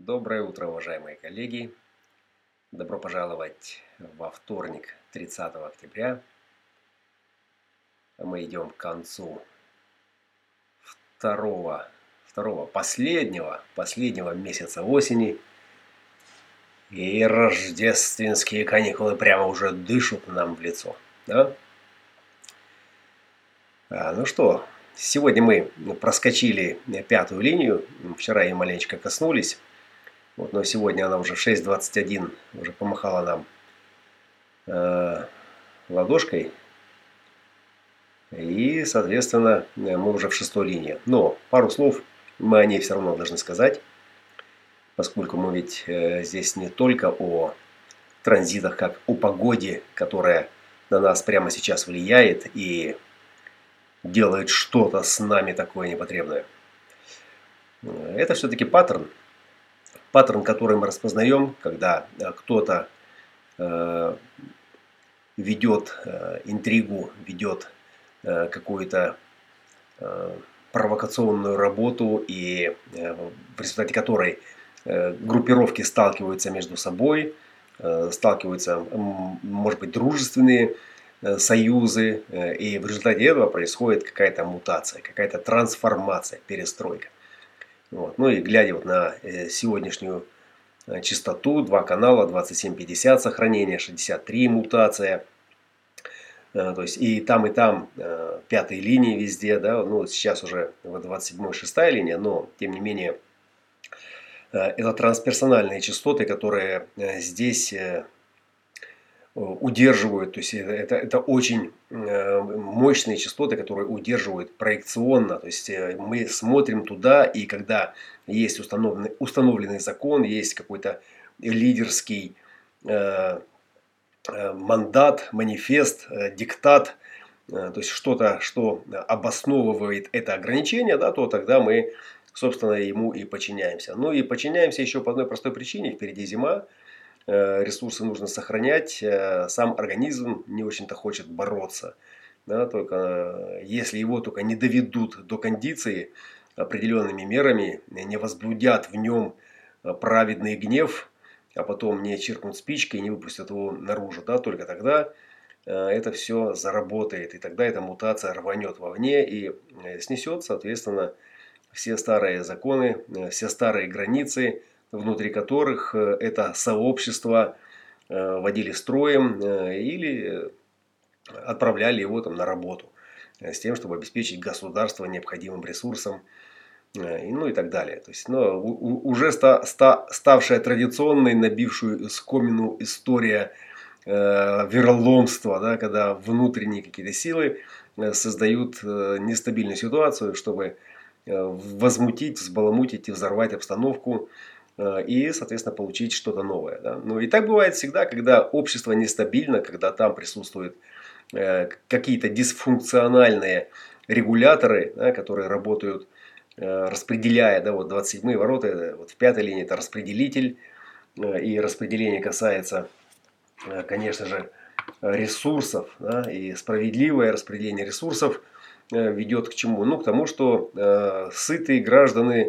Доброе утро, уважаемые коллеги! Добро пожаловать во вторник, 30 октября. Мы идем к концу последнего месяца осени. И рождественские каникулы прямо уже дышат нам в лицо. Да? Ну что, сегодня мы проскочили пятую линию. Вчера ее маленечко коснулись. Но сегодня она уже в 6:21 уже помахала нам ладошкой. И, соответственно, мы уже в шестой линии. Но пару слов мы о ней все равно должны сказать, поскольку мы ведь здесь не только о транзитах, как о погоде, которая на нас прямо сейчас влияет и делает что-то с нами такое непотребное. Это все-таки паттерн, который мы распознаем, когда кто-то ведет интригу, ведет какую-то провокационную работу, и в результате которой группировки сталкиваются между собой, сталкиваются, может быть, дружественные союзы, и в результате этого происходит какая-то мутация, какая-то трансформация, перестройка. Ну и глядя на сегодняшнюю частоту, 2 канала, 2750 сохранение, 63 мутация. То есть и там пятые линии везде, да, сейчас уже в 27-й шестая линия, но тем не менее это трансперсональные частоты, которые здесь удерживают, то есть это очень мощные частоты, которые удерживают проекционно, то есть мы смотрим туда, и когда есть установленный закон, есть какой-то лидерский мандат, манифест, диктат, то есть что-то, что обосновывает это ограничение, да, то тогда мы, собственно, ему и подчиняемся. И подчиняемся еще по одной простой причине. Впереди зима, ресурсы нужно сохранять, сам организм не очень-то хочет бороться. Да, только если его только не доведут до кондиции определенными мерами, не возбудят в нем праведный гнев, а потом не чиркнут спичкой и не выпустят его наружу, да, только тогда это все заработает. И тогда эта мутация рванет вовне и снесет, соответственно, все старые законы, все старые границы, внутри которых это сообщество водили строем или отправляли его на работу с тем, чтобы обеспечить государство необходимым ресурсом. И так далее. То есть, уже ставшая традиционной, набившую скомину история вероломства, да, когда внутренние какие-то силы создают нестабильную ситуацию, чтобы возмутить, взбаламутить и взорвать обстановку и, соответственно, получить что-то новое. Да. И так бывает всегда, когда общество нестабильно, когда там присутствуют какие-то дисфункциональные регуляторы, да, которые работают, распределяя, да, 27-е ворота, в пятой линии это распределитель, и распределение касается, конечно же, ресурсов, да, и справедливое распределение ресурсов ведет к чему? К тому, что сытые граждане,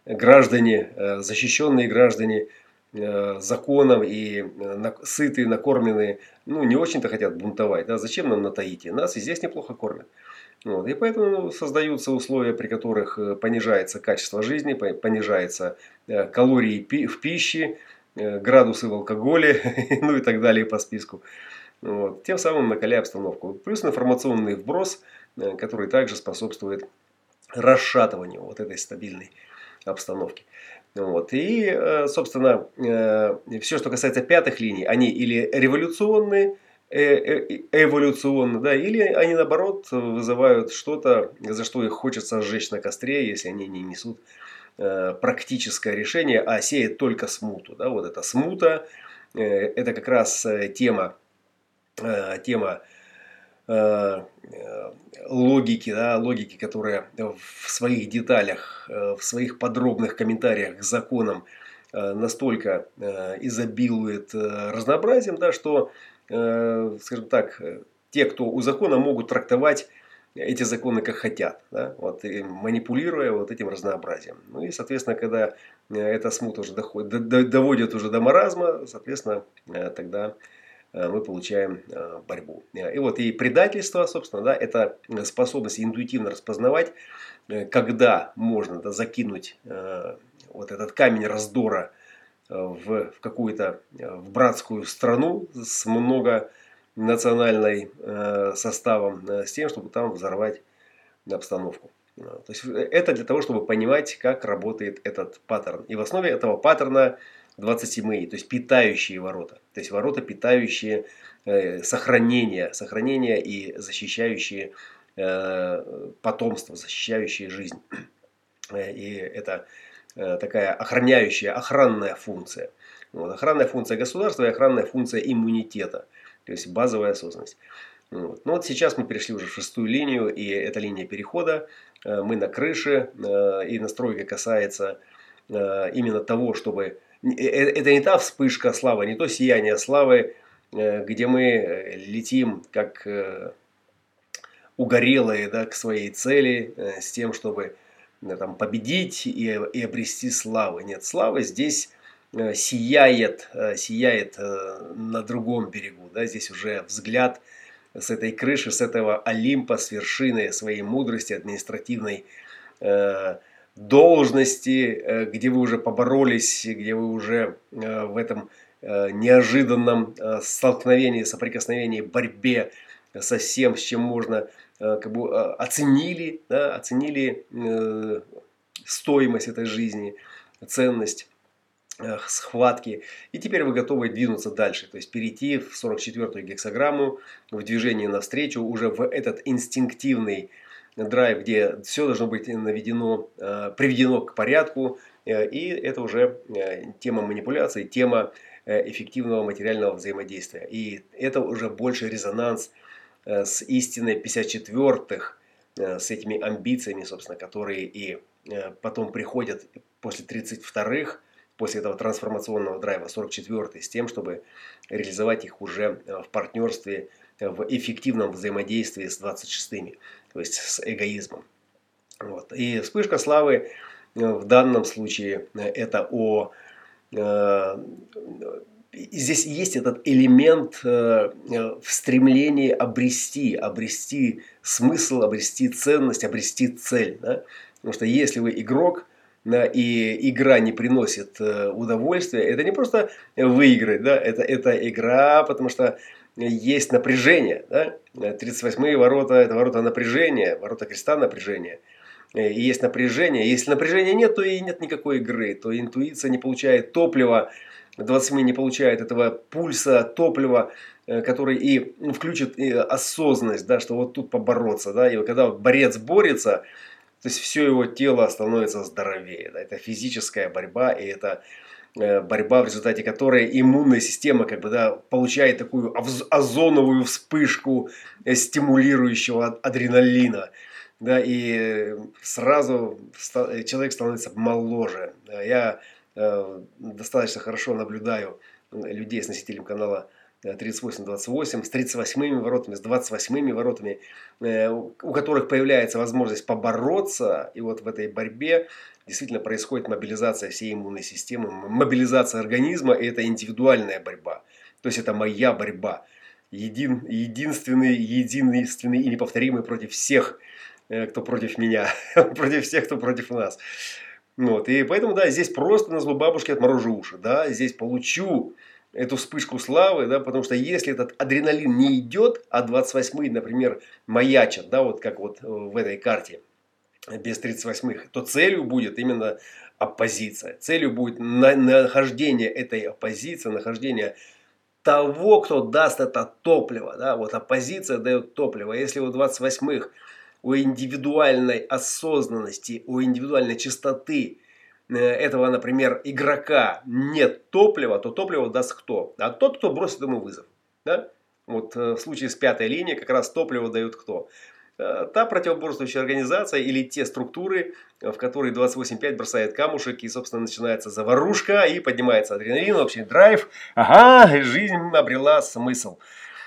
защищенные граждане законом и сытые, накормленные, не очень-то хотят бунтовать. Да? Зачем нам на Таити? Нас и здесь неплохо кормят. И поэтому создаются условия, при которых понижается качество жизни, понижается калории в пище, градусы в алкоголе, и так далее по списку. Тем самым накаляя обстановку. Плюс информационный вброс, который также способствует расшатыванию этой стабильной обстановки. И, собственно, все, что касается пятых линий, они или революционные, эволюционно, да, или они наоборот вызывают что-то, за что их хочется сжечь на костре, если они не несут практическое решение, а сеют только смуту. Да, эта смута, это как раз тема логики, да, логики, которая в своих деталях, в своих подробных комментариях к законам настолько изобилует разнообразием, да, что, скажем так, те, кто у закона, могут трактовать эти законы как хотят, да, вот, и манипулируя вот этим разнообразием. Ну и, соответственно, когда эта смута уже доводит уже до маразма, соответственно, тогда мы получаем борьбу. И вот и предательство, собственно, да, это способность интуитивно распознавать, когда можно, да, закинуть вот этот камень раздора в какую-то в братскую страну с многонациональной составом, с тем, чтобы там взорвать обстановку. То есть это для того, чтобы понимать, как работает этот паттерн. И в основе этого паттерна 27-е, то есть питающие ворота. То есть ворота, питающие сохранение и защищающие потомство, защищающие жизнь. И это такая охранная функция. Вот, охранная функция государства и охранная функция иммунитета. То есть базовая осознанность. Вот. Ну вот сейчас мы перешли уже в 6-ю линию, и это линия перехода. Мы на крыше, и настройка касается именно того, чтобы... Это не та вспышка славы, не то сияние славы, где мы летим как угорелые, да, к своей цели, с тем, чтобы там, победить и обрести славу. Нет, слава здесь сияет на другом берегу. Да? Здесь уже взгляд с этой крыши, с этого Олимпа, с вершины своей мудрости, административной должности, где вы уже поборолись, где вы уже в этом неожиданном столкновении, соприкосновении, борьбе со всем, с чем можно, как бы оценили, да, оценили стоимость этой жизни, ценность схватки. И теперь вы готовы двинуться дальше. То есть перейти в 44-ю гексаграмму, в движении навстречу, уже в этот инстинктивный драйв, где все должно быть приведено к порядку. И это уже тема манипуляции, тема эффективного материального взаимодействия. И это уже больше резонанс с истиной 54-х, с этими амбициями, собственно, которые и потом приходят после 32-х, после этого трансформационного драйва 44-й, с тем, чтобы реализовать их уже в партнерстве, в эффективном взаимодействии с 26-ми, то есть с эгоизмом. Вот. И вспышка славы в данном случае это здесь есть этот элемент в стремлении обрести смысл, обрести ценность, обрести цель. Да? Потому что если вы игрок, и игра не приносит удовольствия, это не просто выиграть, да? Это игра, потому что есть напряжение. Да? 38-е ворота – это ворота напряжения, ворота креста напряжения. И есть напряжение. Если напряжения нет, то и нет никакой игры. То интуиция не получает топлива, 27 не получает этого пульса, топлива, который и включит осознанность, да, что вот тут побороться. Да, и когда борец борется, то есть все его тело становится здоровее. Да, это физическая борьба, и это борьба, в результате которой иммунная система как бы, да, получает такую озоновую вспышку стимулирующего адреналина. Да, и сразу человек становится моложе. Я достаточно хорошо наблюдаю людей с носителем канала 3828, с 38-ми воротами, с 28-ми воротами, у которых появляется возможность побороться. И вот в этой борьбе действительно происходит мобилизация всей иммунной системы, мобилизация организма, и это индивидуальная борьба. То есть это моя борьба. Единственный и неповторимый против всех, кто против меня, против всех, кто против нас. Вот. И поэтому, да, здесь просто на зло бабушки отморожу уши. Да, здесь получу эту вспышку славы, да, потому что если этот адреналин не идет, а 28-й, например, маячат, да, вот как вот в этой карте, без 38-х, то целью будет именно оппозиция. Целью будет нахождение этой оппозиции, нахождение того, кто даст это топливо. Да, вот оппозиция дает топливо. Если у 28-х у индивидуальной осознанности, у индивидуальной чистоты этого, например, игрока нет топлива, то топливо даст кто? А тот, кто бросит ему вызов. Да? Вот в случае с 5-й линией как раз топливо дают кто? Та противоборствующая организация или те структуры, в которые 28.5 бросает камушек, и, собственно, начинается заварушка, и поднимается адреналин, общий драйв. Ага, жизнь обрела смысл.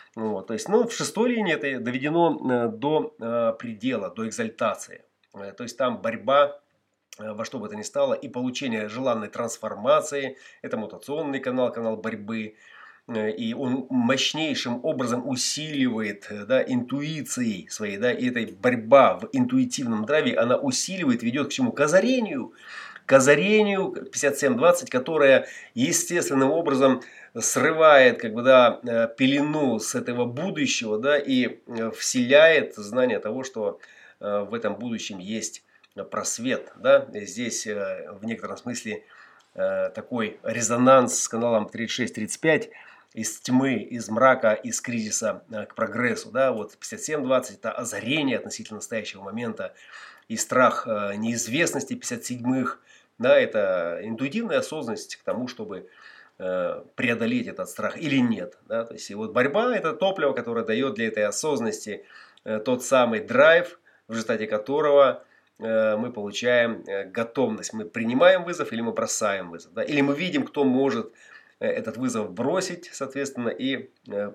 Вот, то есть, ну, в шестой линии это доведено до предела, до экзальтации. То есть там борьба во что бы то ни стало и получение желанной трансформации. Это мутационный канал, канал борьбы. И он мощнейшим образом усиливает, да, интуицией своей, да, и эта борьба в интуитивном драйве, она усиливает, ведет к чему? К озарению 5720, которая естественным образом срывает, как бы, да, пелену с этого будущего, да, и вселяет знание того, что в этом будущем есть просвет, да. Здесь в некотором смысле такой резонанс с каналом 36-35 из тьмы, из мрака, из кризиса к прогрессу, да. Вот 57-20 это озарение относительно настоящего момента и страх неизвестности 57-х, да, это интуитивная осознанность к тому, чтобы преодолеть этот страх или нет, да. То есть и вот борьба это топливо, которое дает для этой осознанности тот самый драйв, в результате которого мы получаем готовность. Мы принимаем вызов или мы бросаем вызов. Да? Или мы видим, кто может этот вызов бросить, соответственно, и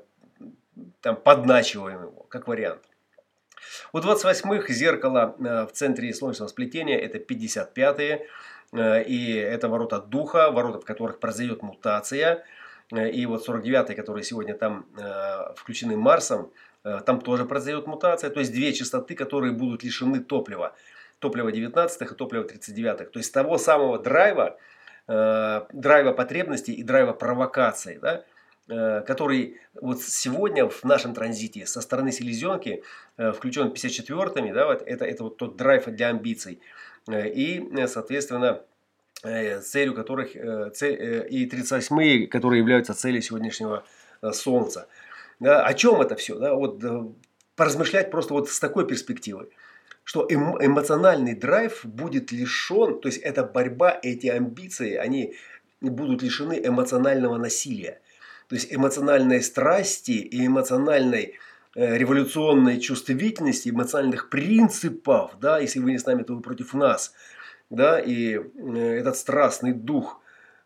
там подначиваем его, как вариант. У 28-х зеркало в центре солнечного сплетения, это 55-е. И это ворота духа, ворота, в которых произойдет мутация. И вот 49-е, которые сегодня там включены Марсом, там тоже произойдет мутация. То есть две частоты, которые будут лишены топлива. Топлива 19-х и топлива 39-х. То есть того самого драйва, драйва потребностей и драйва провокации, да, который вот сегодня в нашем транзите со стороны селезенки включен 54-ми, да, вот это вот тот драйв для амбиций. И, соответственно, целью которых, и 38-е, которые являются целью сегодняшнего Солнца. Да, о чем это все? Да? Вот, поразмышлять просто вот с такой перспективы, что эмоциональный драйв будет лишен, то есть эта борьба, эти амбиции, они будут лишены эмоционального насилия. То есть эмоциональной страсти и эмоциональной революционной чувствительности, эмоциональных принципов, да, если вы не с нами, то вы против нас, да, и этот страстный дух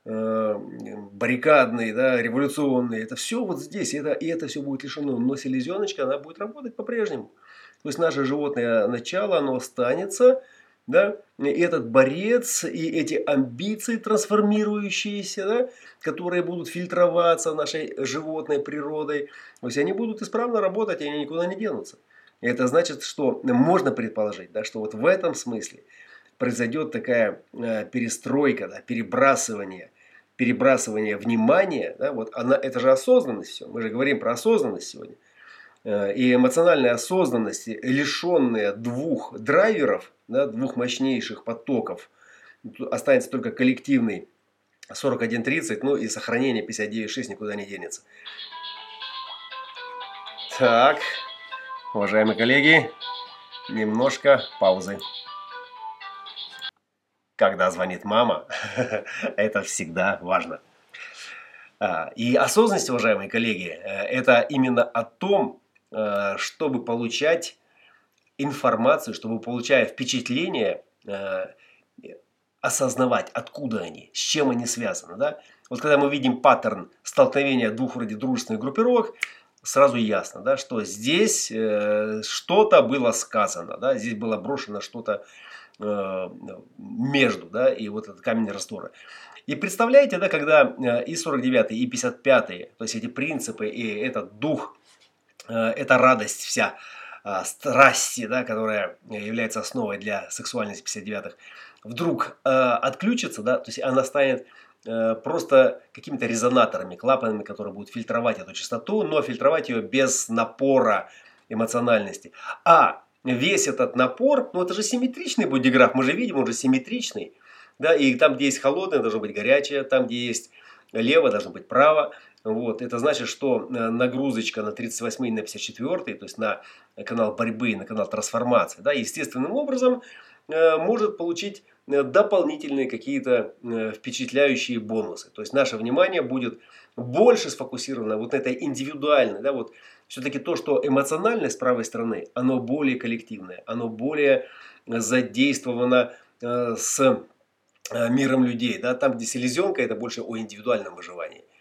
баррикадный, да, революционный, это все вот здесь, и это все будет лишено, но селезеночка, она будет работать по-прежнему. То есть наше животное начало, оно останется, да, и этот борец, и эти амбиции трансформирующиеся, да, которые будут фильтроваться нашей животной природой, то есть они будут исправно работать, и они никуда не денутся. И это значит, что можно предположить, да, что вот в этом смысле произойдет такая перестройка, да, перебрасывание внимания, да, вот она, это же осознанность все, мы же говорим про осознанность сегодня. И эмоциональная осознанность, лишенная двух драйверов, да, двух мощнейших потоков, останется только коллективный 41.30, ну и сохранение 59.6 никуда не денется. Так, уважаемые коллеги, немножко паузы. Когда звонит мама, это всегда важно. И осознанность, уважаемые коллеги, это именно о том, чтобы получать информацию, чтобы, получая впечатление, осознавать, откуда они, с чем они связаны. Да? Вот когда мы видим паттерн столкновения двух вроде дружественных группировок, сразу ясно, да, что здесь что-то было сказано, да, здесь было брошено что-то между, да, и вот этот камень раздора. И представляете, да, когда и 49-й, и 55-й, то есть эти принципы и этот дух, эта радость вся, страсти, да, которая является основой для сексуальности 59-х, вдруг отключится, да, то есть она станет просто какими-то резонаторами, клапанами, которые будут фильтровать эту частоту, но фильтровать ее без напора эмоциональности. А весь этот напор, ну это же симметричный бодиграф, мы же видим, он же симметричный. Да, и там, где есть холодное, должно быть горячее, там, где есть лево, должно быть право. Вот. Это значит, что нагрузочка на 38 и на 54, то есть на канал борьбы, на канал трансформации, да, естественным образом может получить дополнительные какие-то впечатляющие бонусы. То есть наше внимание будет больше сфокусировано вот на этой индивидуальной, да, вот все-таки то, что эмоциональное с правой стороны, оно более коллективное, оно более задействовано с миром людей, да, там, где селезенка, это больше о индивидуальном выживании.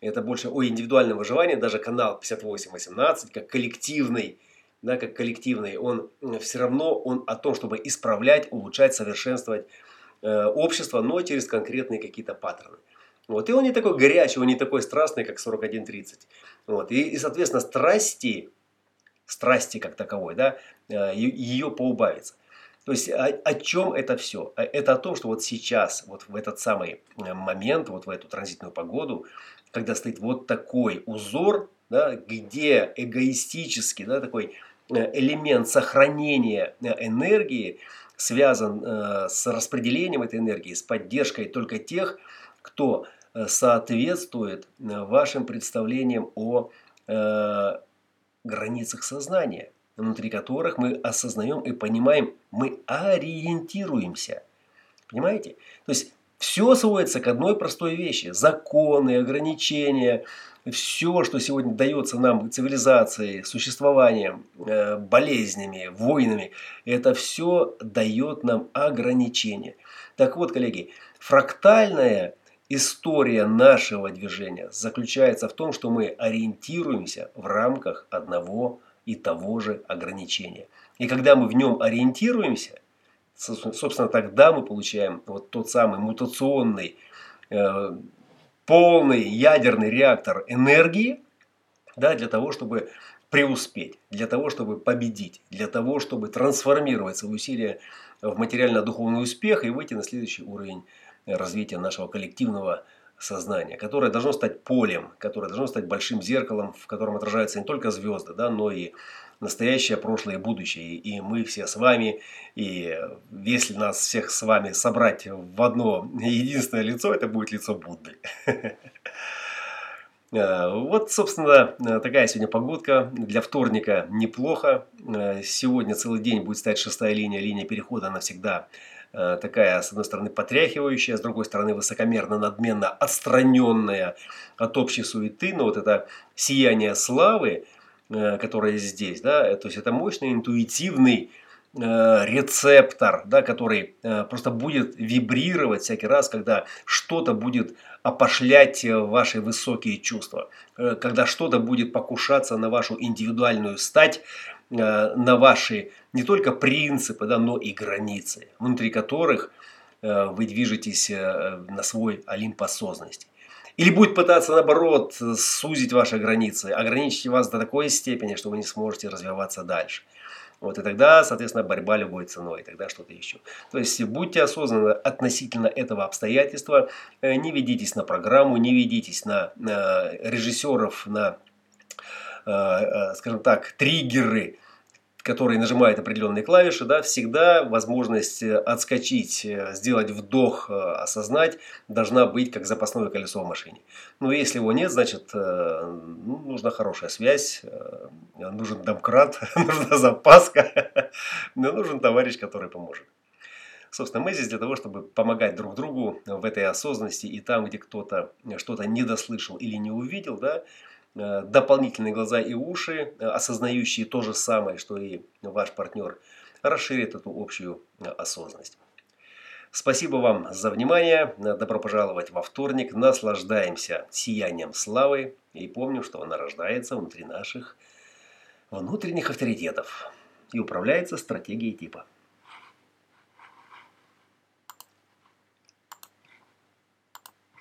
это больше о индивидуальном выживании. Даже канал 5818, как коллективный, да, как коллективный, он все равно он о том, чтобы исправлять, улучшать, совершенствовать общество, но через конкретные какие-то паттерны. Вот. И он не такой горячий, он не такой страстный, как 4130. Вот. Соответственно, страсти как таковой, да, ее поубавится. То есть о чем это все? Это о том, что вот сейчас, вот в этот самый момент, вот в эту транзитную погоду, когда стоит вот такой узор, да, где эгоистически, да, такой элемент сохранения энергии связан с распределением этой энергии, с поддержкой только тех, кто соответствует вашим представлениям о границах сознания, внутри которых мы осознаем и понимаем, мы ориентируемся. Понимаете? То есть все сводится к одной простой вещи. Законы, ограничения, все, что сегодня дается нам цивилизацией, существованием, болезнями, войнами, это все дает нам ограничения. Так вот, коллеги, фрактальная история нашего движения заключается в том, что мы ориентируемся в рамках одного и того же ограничения. И когда мы в нем ориентируемся, собственно, тогда мы получаем вот тот самый мутационный, полный ядерный реактор энергии, да, для того, чтобы преуспеть, для того, чтобы победить, для того, чтобы трансформировать свои усилия в материально-духовный успех и выйти на следующий уровень развития нашего коллективного сознания, которое должно стать полем, которое должно стать большим зеркалом, в котором отражаются не только звезды, да, но и настоящее, прошлое и будущее. И мы все с вами, и если нас всех с вами собрать в одно единственное лицо, это будет лицо Будды. Вот, собственно, такая сегодня погодка. Для вторника неплохо. Сегодня целый день будет стоять шестая линия, линия перехода навсегда. Такая, с одной стороны, потряхивающая, с другой стороны, высокомерно, надменно отстраненная от общей суеты. Но вот это сияние славы, которое здесь, да, то есть это мощный, интуитивный рецептор, да, который просто будет вибрировать всякий раз, когда что-то будет опошлять ваши высокие чувства, когда что-то будет покушаться на вашу индивидуальную стать, на ваши не только принципы, да, но и границы, внутри которых вы движетесь на свой олимп осознанности. Или будет пытаться, наоборот, сузить ваши границы, ограничить вас до такой степени, что вы не сможете развиваться дальше. Вот, и тогда, соответственно, борьба любой ценой, и тогда что-то еще. То есть, будьте осознанны относительно этого обстоятельства, не ведитесь на программу, не ведитесь на режиссеров, на, скажем так, триггеры, которые нажимают определенные клавиши, да, всегда возможность отскочить, сделать вдох, осознать, должна быть как запасное колесо в машине. Но если его нет, значит, нужна хорошая связь, нужен домкрат, нужна запаска, но нужен товарищ, который поможет. Собственно, мы здесь для того, чтобы помогать друг другу в этой осознанности, и там, где кто-то что-то недослышал или не увидел, да, дополнительные глаза и уши, осознающие то же самое, что и ваш партнер, расширит эту общую осознанность. Спасибо вам за внимание. Добро пожаловать во вторник. Наслаждаемся сиянием славы. И помню, что она рождается внутри наших внутренних авторитетов и управляется стратегией типа.